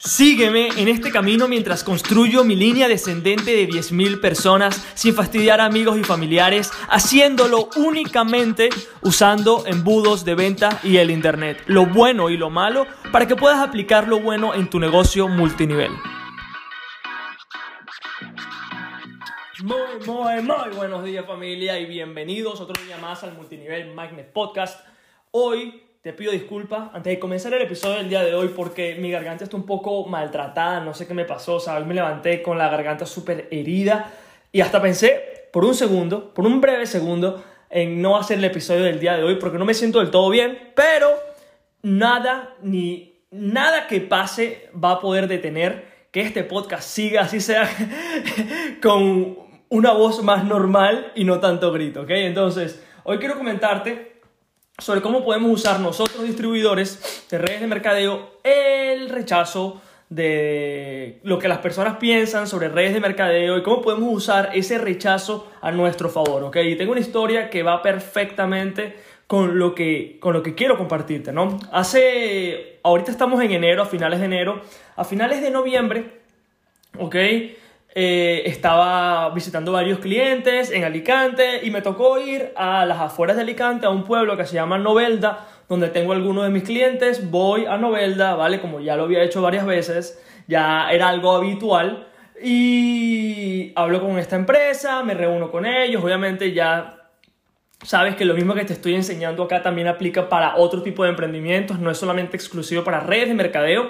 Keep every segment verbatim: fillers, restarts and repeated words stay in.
Sígueme en este camino mientras construyo mi línea descendente de diez mil personas sin fastidiar a amigos y familiares, haciéndolo únicamente usando embudos de venta y el internet, lo bueno y lo malo, para que puedas aplicar lo bueno en tu negocio multinivel. Muy, muy, muy buenos días, familia, y bienvenidos otro día más al Multinivel Magnet Podcast. Hoy te pido disculpas antes de comenzar el episodio del día de hoy porque mi garganta está un poco maltratada, no sé qué me pasó, ¿sabes? Me levanté con la garganta súper herida y hasta pensé por un segundo, por un breve segundo, en no hacer el episodio del día de hoy porque no me siento del todo bien, pero nada, ni nada que pase va a poder detener que este podcast siga, así sea con una voz más normal y no tanto grito, ¿ok? Entonces, hoy quiero comentarte sobre cómo podemos usar nosotros, distribuidores de redes de mercadeo, el rechazo de lo que las personas piensan sobre redes de mercadeo y cómo podemos usar ese rechazo a nuestro favor, ¿ok? Y tengo una historia que va perfectamente con lo que, con lo que quiero compartirte, ¿no? Hace, ahorita estamos en enero, a finales de enero, a finales de noviembre, ¿ok? Eh, estaba visitando varios clientes en Alicante y me tocó ir a las afueras de Alicante, a un pueblo que se llama Novelda, donde tengo algunos de mis clientes. Voy a Novelda, ¿vale? Como ya lo había hecho varias veces, ya era algo habitual, y hablo con esta empresa, me reúno con ellos. Obviamente ya sabes que lo mismo que te estoy enseñando acá también aplica para otro tipo de emprendimientos, no es solamente exclusivo para redes de mercadeo.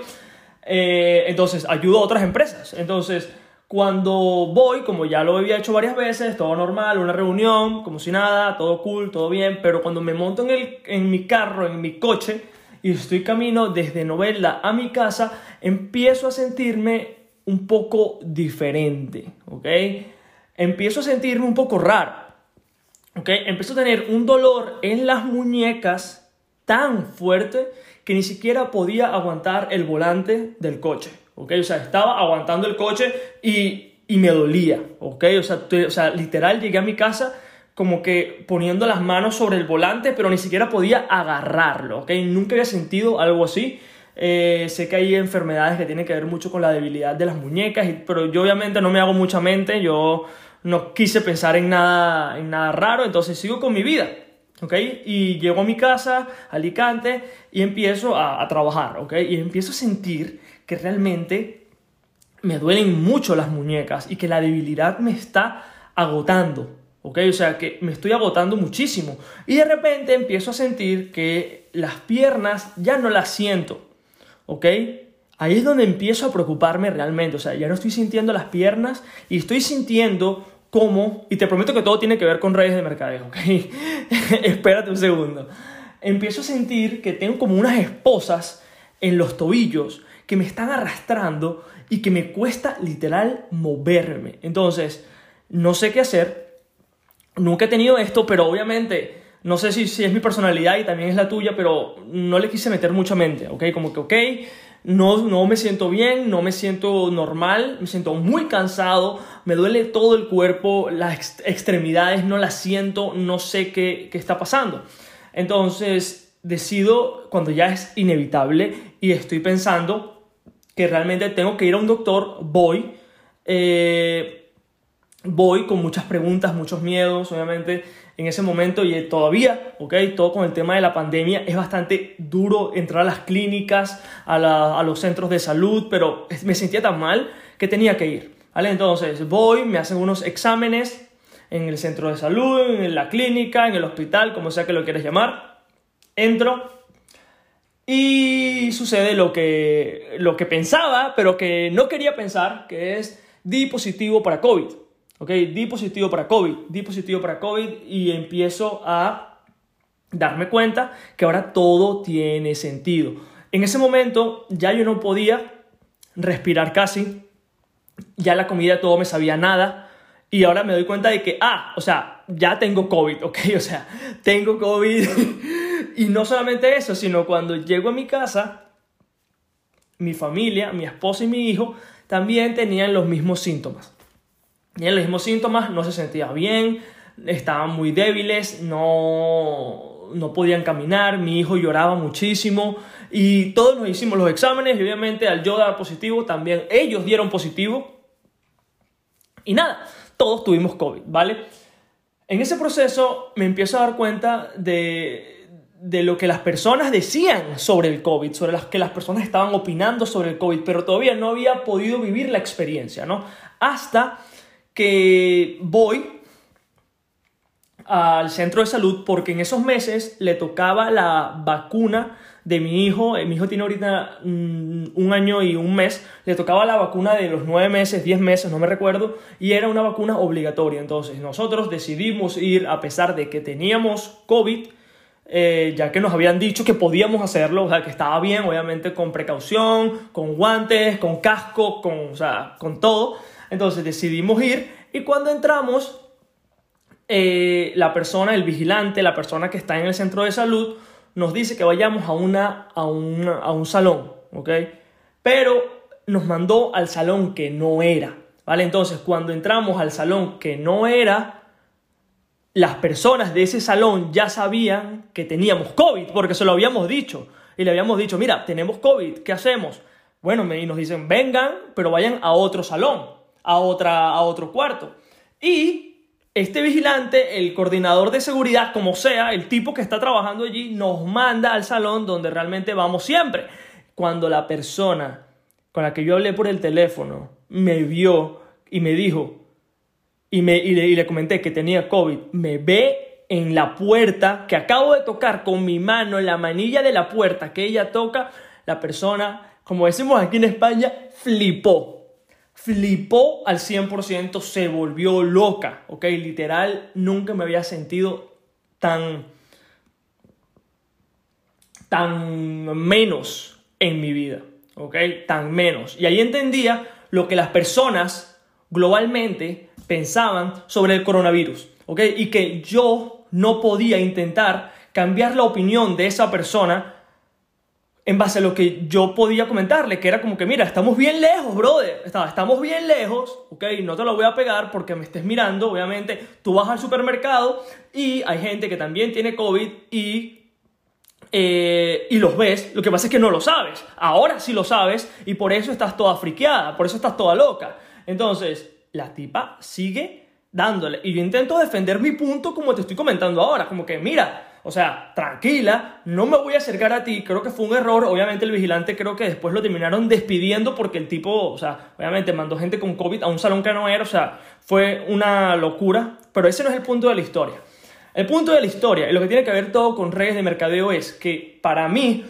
Eh, entonces ayudo a otras empresas. Entonces, cuando voy, como ya lo había hecho varias veces, todo normal, una reunión, como si nada, todo cool, todo bien, pero cuando me monto en, el, en mi carro, en mi coche, y estoy camino desde Novelda a mi casa, empiezo a sentirme un poco diferente, ¿ok? Empiezo a sentirme un poco raro, ¿ok? Empiezo a tener un dolor en las muñecas tan fuerte que ni siquiera podía aguantar el volante del coche. Okay, o sea, estaba aguantando el coche y, y me dolía, ¿ok? O sea, te, o sea, literal llegué a mi casa como que poniendo las manos sobre el volante, pero ni siquiera podía agarrarlo, ¿ok? Nunca había sentido algo así. Eh, sé que hay enfermedades que tienen que ver mucho con la debilidad de las muñecas, y, pero yo obviamente no me hago mucha mente, yo no quise pensar en nada, en nada raro, entonces sigo con mi vida, ¿ok? Y llego a mi casa, Alicante, y empiezo a, a trabajar, ¿ok? Y empiezo a sentir que realmente me duelen mucho las muñecas y que la debilidad me está agotando, ¿ok? O sea, que me estoy agotando muchísimo. Y de repente empiezo a sentir que las piernas ya no las siento, ¿ok? Ahí es donde empiezo a preocuparme realmente. O sea, ya no estoy sintiendo las piernas y estoy sintiendo cómo, y te prometo que todo tiene que ver con redes de mercadeo, ¿ok? Espérate un segundo. Empiezo a sentir que tengo como unas esposas en los tobillos que me están arrastrando y que me cuesta literal moverme. Entonces, no sé qué hacer. Nunca he tenido esto, pero obviamente no sé si, si es mi personalidad y también es la tuya, pero no le quise meter mucha mente, ¿ok? Como que, ok, no, no me siento bien, no me siento normal, me siento muy cansado, me duele todo el cuerpo, las ex- extremidades no las siento, no sé qué, qué está pasando. Entonces, decido, cuando ya es inevitable y estoy pensando que realmente tengo que ir a un doctor, voy, eh, voy con muchas preguntas, muchos miedos, obviamente, en ese momento, y todavía, ok, todo con el tema de la pandemia, es bastante duro entrar a las clínicas, a, la, a los centros de salud, pero me sentía tan mal que tenía que ir, ¿vale? Entonces voy, me hacen unos exámenes en el centro de salud, en la clínica, en el hospital, como sea que lo quieras llamar, entro. Y sucede lo que, lo que pensaba, pero que no quería pensar, que es di positivo para COVID. ¿Ok? Di positivo para COVID, di positivo para COVID, y empiezo a darme cuenta que ahora todo tiene sentido. En ese momento ya yo no podía respirar casi, ya la comida todo me sabía nada, y ahora me doy cuenta de que, ah, o sea, ya tengo COVID, ¿ok? O sea, tengo COVID. Y no solamente eso, sino cuando llego a mi casa, mi familia, mi esposa y mi hijo también tenían los mismos síntomas. Tenían los mismos síntomas, no se sentían bien, estaban muy débiles, no, no podían caminar, mi hijo lloraba muchísimo y todos nos hicimos los exámenes y obviamente al yo dar positivo también ellos dieron positivo y nada, todos tuvimos COVID, ¿vale? En ese proceso me empiezo a dar cuenta de, de lo que las personas decían sobre el COVID, sobre las que las personas estaban opinando sobre el COVID, pero todavía no había podido vivir la experiencia, ¿no? Hasta que voy al centro de salud porque en esos meses le tocaba la vacuna de mi hijo. Mi hijo tiene ahorita um, un año y un mes. Le tocaba la vacuna de los nueve meses, diez meses, no me recuerdo, y era una vacuna obligatoria. Entonces nosotros decidimos ir a pesar de que teníamos COVID, eh, ya que nos habían dicho que podíamos hacerlo, o sea, que estaba bien, obviamente con precaución, con guantes, con casco, con, o sea, con todo. Entonces decidimos ir y cuando entramos, eh, la persona, el vigilante, la persona que está en el centro de salud, nos dice que vayamos a, una, a, una, a un salón, ¿ok? Pero nos mandó al salón que no era, ¿vale? Entonces, cuando entramos al salón que no era, las personas de ese salón ya sabían que teníamos COVID, porque se lo habíamos dicho. Y le habíamos dicho, mira, tenemos COVID, ¿qué hacemos? Bueno, y nos dicen, vengan, pero vayan a otro salón, a, otra, a otro cuarto. Y este vigilante, el coordinador de seguridad, como sea, el tipo que está trabajando allí, nos manda al salón donde realmente vamos siempre. Cuando la persona con la que yo hablé por el teléfono me vio y me dijo, y, me, y, le, y le comenté que tenía COVID, me ve en la puerta que acabo de tocar con mi mano, en la manilla de la puerta que ella toca, la persona, como decimos aquí en España, flipó. Flipó al cien por ciento, se volvió loca, ¿ok? Literal, nunca me había sentido tan, tan menos en mi vida, ¿ok? Tan menos. Y ahí entendía lo que las personas globalmente pensaban sobre el coronavirus, ¿ok? Y que yo no podía intentar cambiar la opinión de esa persona en base a lo que yo podía comentarle, que era como que, mira, estamos bien lejos, brother, estamos bien lejos, ok, no te lo voy a pegar porque me estés mirando, obviamente, tú vas al supermercado y hay gente que también tiene COVID y, eh, y los ves, lo que pasa es que no lo sabes, ahora sí lo sabes y por eso estás toda friqueada, por eso estás toda loca. Entonces, la tipa sigue dándole y yo intento defender mi punto como te estoy comentando ahora, como que, mira, o sea, tranquila, no me voy a acercar a ti, creo que fue un error, obviamente el vigilante creo que después lo terminaron despidiendo porque el tipo, o sea, obviamente mandó gente con COVID a un salón que no era, o sea, fue una locura, pero ese no es el punto de la historia. El punto de la historia, y lo que tiene que ver todo con redes de mercadeo es que para mí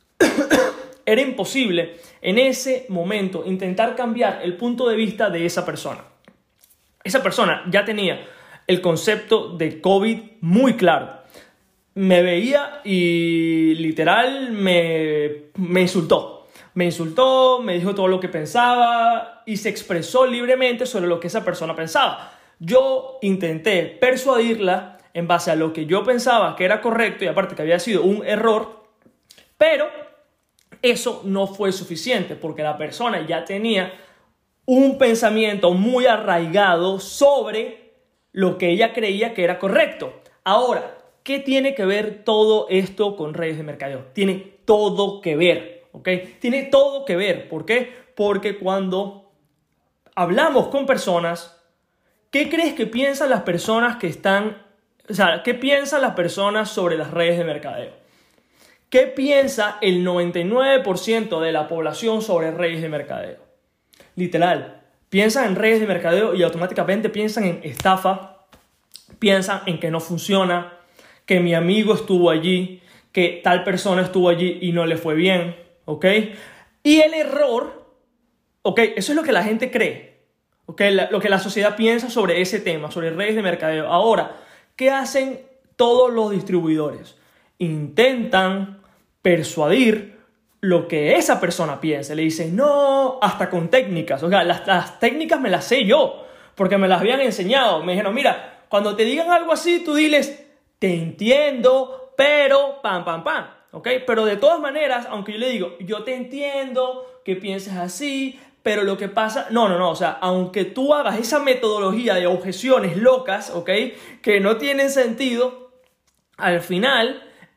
era imposible en ese momento intentar cambiar el punto de vista de esa persona. Esa persona ya tenía el concepto de COVID muy claro. Me veía y literal me, me insultó. Me insultó, me dijo todo lo que pensaba y se expresó libremente sobre lo que esa persona pensaba. Yo intenté persuadirla en base a lo que yo pensaba que era correcto y aparte que había sido un error, pero eso no fue suficiente porque la persona ya tenía un pensamiento muy arraigado sobre lo que ella creía que era correcto. Ahora, ¿qué tiene que ver todo esto con redes de mercadeo? Tiene todo que ver, ¿ok? Tiene todo que ver. ¿Por qué? Porque cuando hablamos con personas, ¿qué crees que piensan las personas que están... O sea, ¿qué piensan las personas sobre las redes de mercadeo? ¿Qué piensa el noventa y nueve por ciento de la población sobre redes de mercadeo? Literal, piensan en redes de mercadeo y automáticamente piensan en estafa, piensan en que no funciona, que mi amigo estuvo allí, que tal persona estuvo allí y no le fue bien, ¿ok? Y el error, ¿ok? Eso es lo que la gente cree, ¿ok? La, lo que la sociedad piensa sobre ese tema, sobre redes de mercadeo. Ahora, ¿qué hacen todos los distribuidores? Intentan persuadir lo que esa persona piensa. Le dicen, no, hasta con técnicas. O sea, las, las técnicas me las sé yo, porque me las habían enseñado. Me dijeron, mira, cuando te digan algo así, tú diles, te entiendo, pero pam, pam, pam, ¿ok? Pero de todas maneras, aunque yo le digo, yo te entiendo que pienses así, pero lo que pasa... No, no, no, o sea, aunque tú hagas esa metodología de objeciones locas, ¿ok? Que no tienen sentido, al final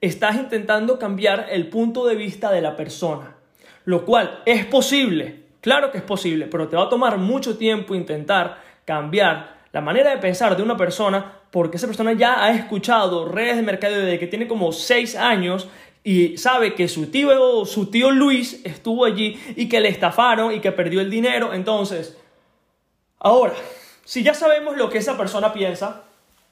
estás intentando cambiar el punto de vista de la persona, lo cual es posible, claro que es posible, pero te va a tomar mucho tiempo intentar cambiar la manera de pensar de una persona porque esa persona ya ha escuchado redes de mercadeo desde que tiene como seis años y sabe que su tío, su tío Luis estuvo allí y que le estafaron y que perdió el dinero. Entonces, ahora, si ya sabemos lo que esa persona piensa,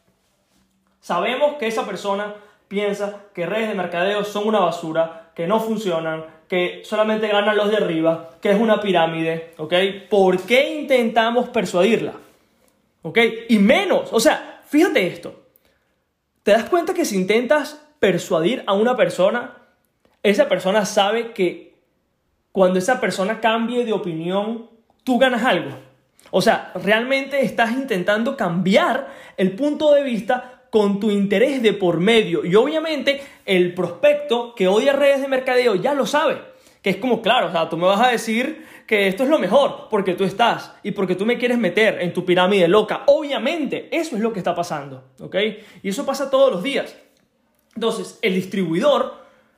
sabemos que esa persona piensa que redes de mercadeo son una basura, que no funcionan, que solamente ganan los de arriba, que es una pirámide, ¿ok? ¿Por qué intentamos persuadirla? ¿Ok? Y menos, o sea, fíjate esto. ¿Te das cuenta que si intentas persuadir a una persona, esa persona sabe que cuando esa persona cambie de opinión, tú ganas algo? O sea, realmente estás intentando cambiar el punto de vista con tu interés de por medio. Y obviamente el prospecto que odia redes de mercadeo ya lo sabe. Que es como, claro, o sea, tú me vas a decir que esto es lo mejor porque tú estás y porque tú me quieres meter en tu pirámide loca. Obviamente, eso es lo que está pasando, ¿ok? Y eso pasa todos los días. Entonces, el distribuidor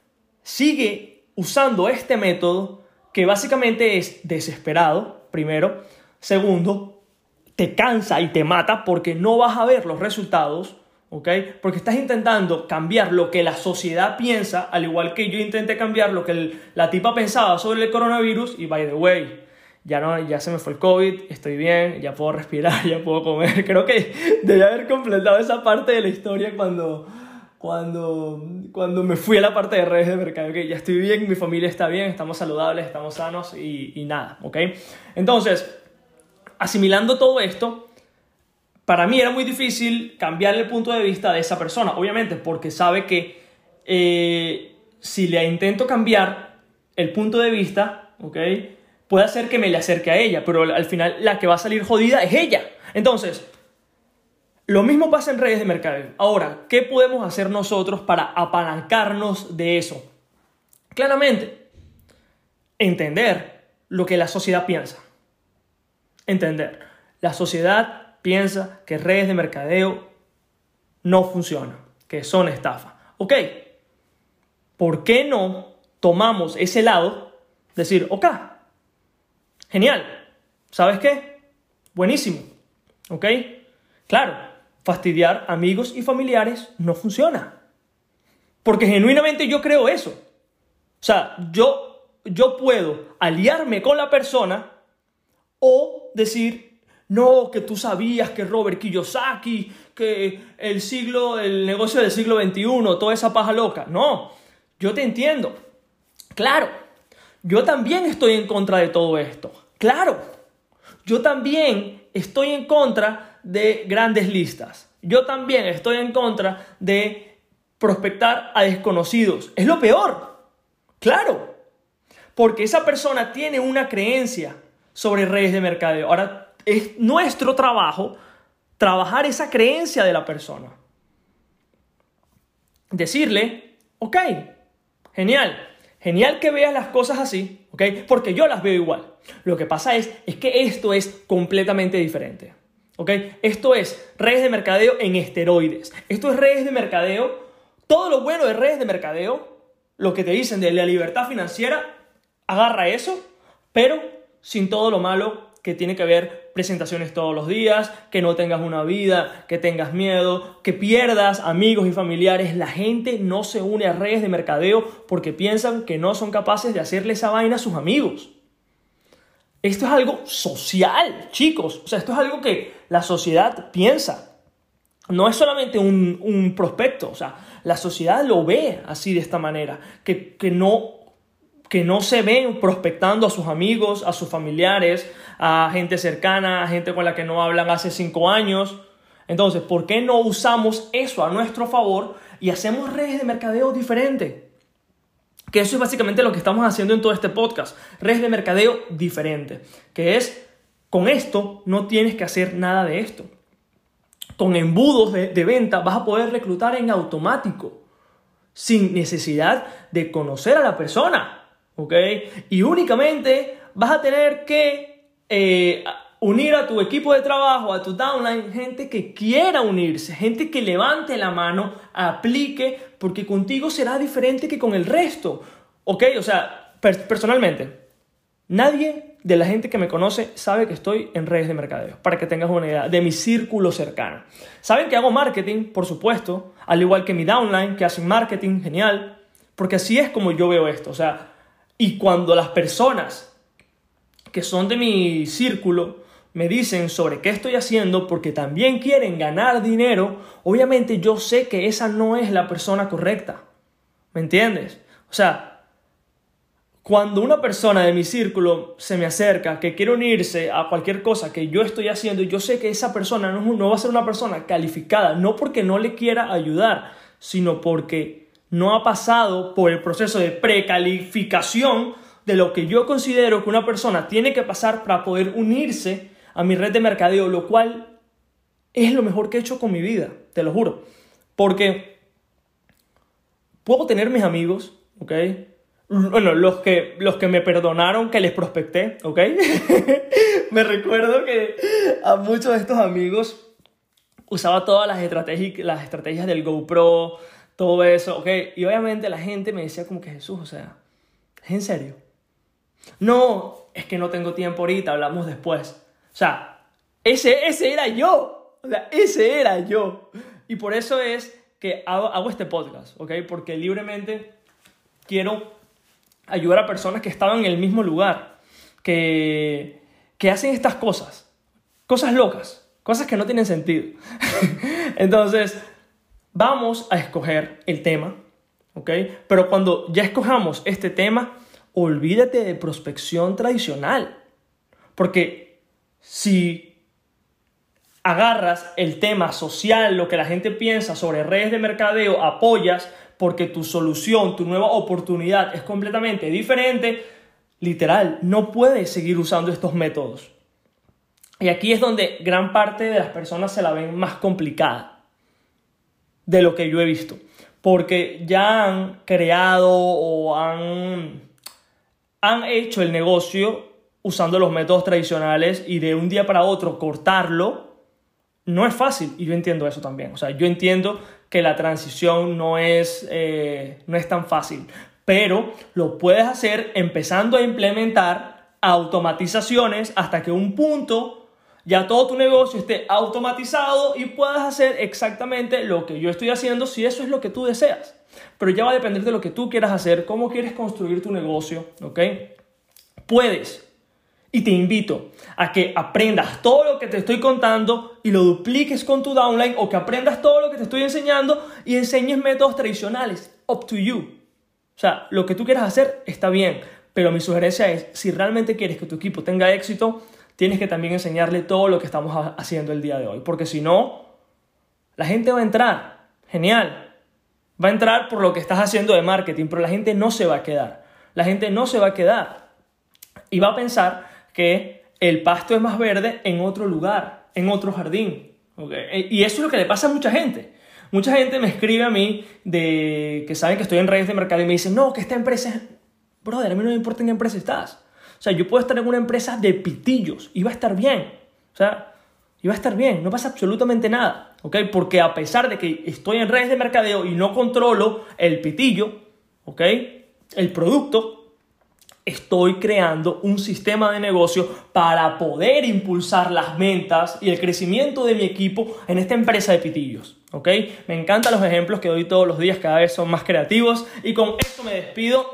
sigue usando este método que básicamente es desesperado, primero. Segundo, te cansa y te mata porque no vas a ver los resultados, ¿ok? Porque estás intentando cambiar lo que la sociedad piensa, al igual que yo intenté cambiar lo que el, la tipa pensaba sobre el coronavirus. Y by the way, ya, no, ya se me fue el COVID, estoy bien, ya puedo respirar, ya puedo comer. Creo que debí haber completado esa parte de la historia cuando... Cuando, cuando me fui a la parte de redes de mercado, que ya estoy bien, mi familia está bien, estamos saludables, estamos sanos y, y nada, ¿ok? Entonces, asimilando todo esto, para mí era muy difícil cambiar el punto de vista de esa persona, obviamente, porque sabe que eh, si le intento cambiar el punto de vista, ¿ok? Puede hacer que me le acerque a ella, pero al final la que va a salir jodida es ella. Entonces, lo mismo pasa en redes de mercadeo. Ahora, ¿qué podemos hacer nosotros para apalancarnos de eso? Claramente, entender lo que la sociedad piensa. Entender. La sociedad piensa que redes de mercadeo no funcionan, que son estafa. Ok, ¿por qué no tomamos ese lado? Decir, ok, genial, ¿sabes qué? Buenísimo, ok, claro. Fastidiar amigos y familiares no funciona. Porque genuinamente yo creo eso. O sea, yo, yo puedo aliarme con la persona o decir, no, que tú sabías que Robert Kiyosaki, que el siglo, el negocio del siglo veintiuno, toda esa paja loca. No, yo te entiendo. Claro, yo también estoy en contra de todo esto. Claro, yo también estoy en contra de grandes listas. Yo también estoy en contra de prospectar a desconocidos. Es lo peor. Claro. Porque esa persona tiene una creencia sobre redes de mercadeo. Ahora, es nuestro trabajo trabajar esa creencia de la persona. Decirle, ok, genial. Genial que veas las cosas así, ¿ok? Porque yo las veo igual. Lo que pasa es, es que esto es completamente diferente. ¿Ok? Esto es redes de mercadeo en esteroides. Esto es redes de mercadeo. Todo lo bueno de redes de mercadeo, lo que te dicen de la libertad financiera, agarra eso, pero sin todo lo malo que tiene que ver presentaciones todos los días, que no tengas una vida, que tengas miedo, que pierdas amigos y familiares. La gente no se une a redes de mercadeo porque piensan que no son capaces de hacerle esa vaina a sus amigos. Esto es algo social, chicos. O sea, esto es algo que la sociedad piensa. No es solamente un, un prospecto. O sea, la sociedad lo ve así de esta manera. Que, que, no, que no se ven prospectando a sus amigos, a sus familiares, a gente cercana, a gente con la que no hablan hace cinco años. Entonces, ¿por qué no usamos eso a nuestro favor y hacemos redes de mercadeo diferentes? Que eso es básicamente lo que estamos haciendo en todo este podcast. Redes de mercadeo diferente. Que es, con esto no tienes que hacer nada de esto. Con embudos de, de venta vas a poder reclutar en automático. Sin necesidad de conocer a la persona. ¿Ok? Y únicamente vas a tener que... Eh, unir a tu equipo de trabajo, a tu downline, gente que quiera unirse, gente que levante la mano, aplique, porque contigo será diferente que con el resto. ¿Ok? O sea, per- personalmente, nadie de la gente que me conoce sabe que estoy en redes de mercadeo, para que tengas una idea de mi círculo cercano. Saben que hago marketing, por supuesto, al igual que mi downline, que hacen marketing, genial, porque así es como yo veo esto. O sea, y cuando las personas que son de mi círculo me dicen sobre qué estoy haciendo porque también quieren ganar dinero, obviamente yo sé que esa no es la persona correcta. ¿Me entiendes? O sea, cuando una persona de mi círculo se me acerca, que quiere unirse a cualquier cosa que yo estoy haciendo, y yo sé que esa persona no, no va a ser una persona calificada, no porque no le quiera ayudar, sino porque no ha pasado por el proceso de precalificación de lo que yo considero que una persona tiene que pasar para poder unirse a mi red de mercadeo, lo cual es lo mejor que he hecho con mi vida, te lo juro. Porque puedo tener mis amigos, ¿ok? Bueno, los que, los que me perdonaron que les prospecté, ¿ok? Me recuerdo que a muchos de estos amigos usaba todas las estrategias, las estrategias del GoPro, todo eso, ¿ok? Y obviamente la gente me decía como que, Jesús, o sea, ¿es en serio? No, es que no tengo tiempo ahorita, hablamos después. O sea, ese, ese era yo. O sea, ese era yo. Y por eso es que hago, hago este podcast, ¿ok? Porque libremente quiero ayudar a personas que estaban en el mismo lugar, que, que hacen estas cosas, cosas locas, cosas que no tienen sentido. Entonces, vamos a escoger el tema, ¿ok? Pero cuando ya escojamos este tema, olvídate de prospección tradicional. Porque si agarras el tema social, lo que la gente piensa sobre redes de mercadeo, apoyas porque tu solución, tu nueva oportunidad es completamente diferente, literal, no puedes seguir usando estos métodos. Y aquí es donde gran parte de las personas se la ven más complicada de lo que yo he visto. Porque ya han creado o han, han hecho el negocio usando los métodos tradicionales, y de un día para otro cortarlo no es fácil, y yo entiendo eso también. O sea, yo entiendo que la transición no es, eh, no es tan fácil, pero lo puedes hacer empezando a implementar automatizaciones hasta que un punto ya todo tu negocio esté automatizado y puedas hacer exactamente lo que yo estoy haciendo, si eso es lo que tú deseas. Pero ya va a depender de lo que tú quieras hacer, cómo quieres construir tu negocio, ¿ok? Puedes. Y te invito a que aprendas todo lo que te estoy contando y lo dupliques con tu downline, o que aprendas todo lo que te estoy enseñando y enseñes métodos tradicionales. Up to you. O sea, lo que tú quieras hacer está bien, pero mi sugerencia es, si realmente quieres que tu equipo tenga éxito, tienes que también enseñarle todo lo que estamos haciendo el día de hoy. Porque si no, la gente va a entrar. Genial. Va a entrar por lo que estás haciendo de marketing, pero la gente no se va a quedar. La gente no se va a quedar. Y va a pensar que el pasto es más verde en otro lugar, en otro jardín, ¿okay? Y eso es lo que le pasa a mucha gente. Mucha gente me escribe a mí de que saben que estoy en redes de mercado y me dicen, no, que esta empresa... Brother, a mí no me importa en qué empresa estás. O sea, yo puedo estar en una empresa de pitillos y va a estar bien. O sea, y va a estar bien, no pasa absolutamente nada, ¿ok? Porque a pesar de que estoy en redes de mercadeo y no controlo el pitillo, ¿ok? El producto, estoy creando un sistema de negocio para poder impulsar las ventas y el crecimiento de mi equipo en esta empresa de pitillos, ¿ok? Me encantan los ejemplos que doy todos los días, cada vez son más creativos, y con esto me despido.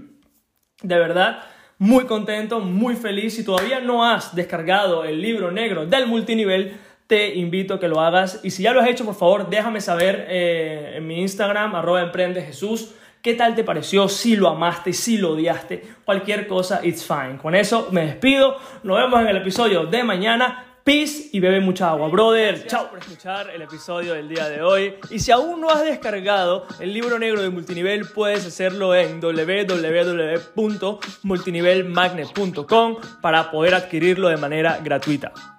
De verdad, muy contento, muy feliz. Si todavía no has descargado el libro negro del multinivel, te invito a que lo hagas, y si ya lo has hecho, por favor, déjame saber eh, en mi Instagram, arroba emprendejesús. ¿Qué tal te pareció? Si lo amaste, si lo odiaste, cualquier cosa, it's fine. Con eso me despido. Nos vemos en el episodio de mañana. Peace y bebe mucha agua, brother. Gracias. Chao por escuchar el episodio del día de hoy. Y si aún no has descargado el libro negro de multinivel, puedes hacerlo en w w w punto multinivel magnet punto com para poder adquirirlo de manera gratuita.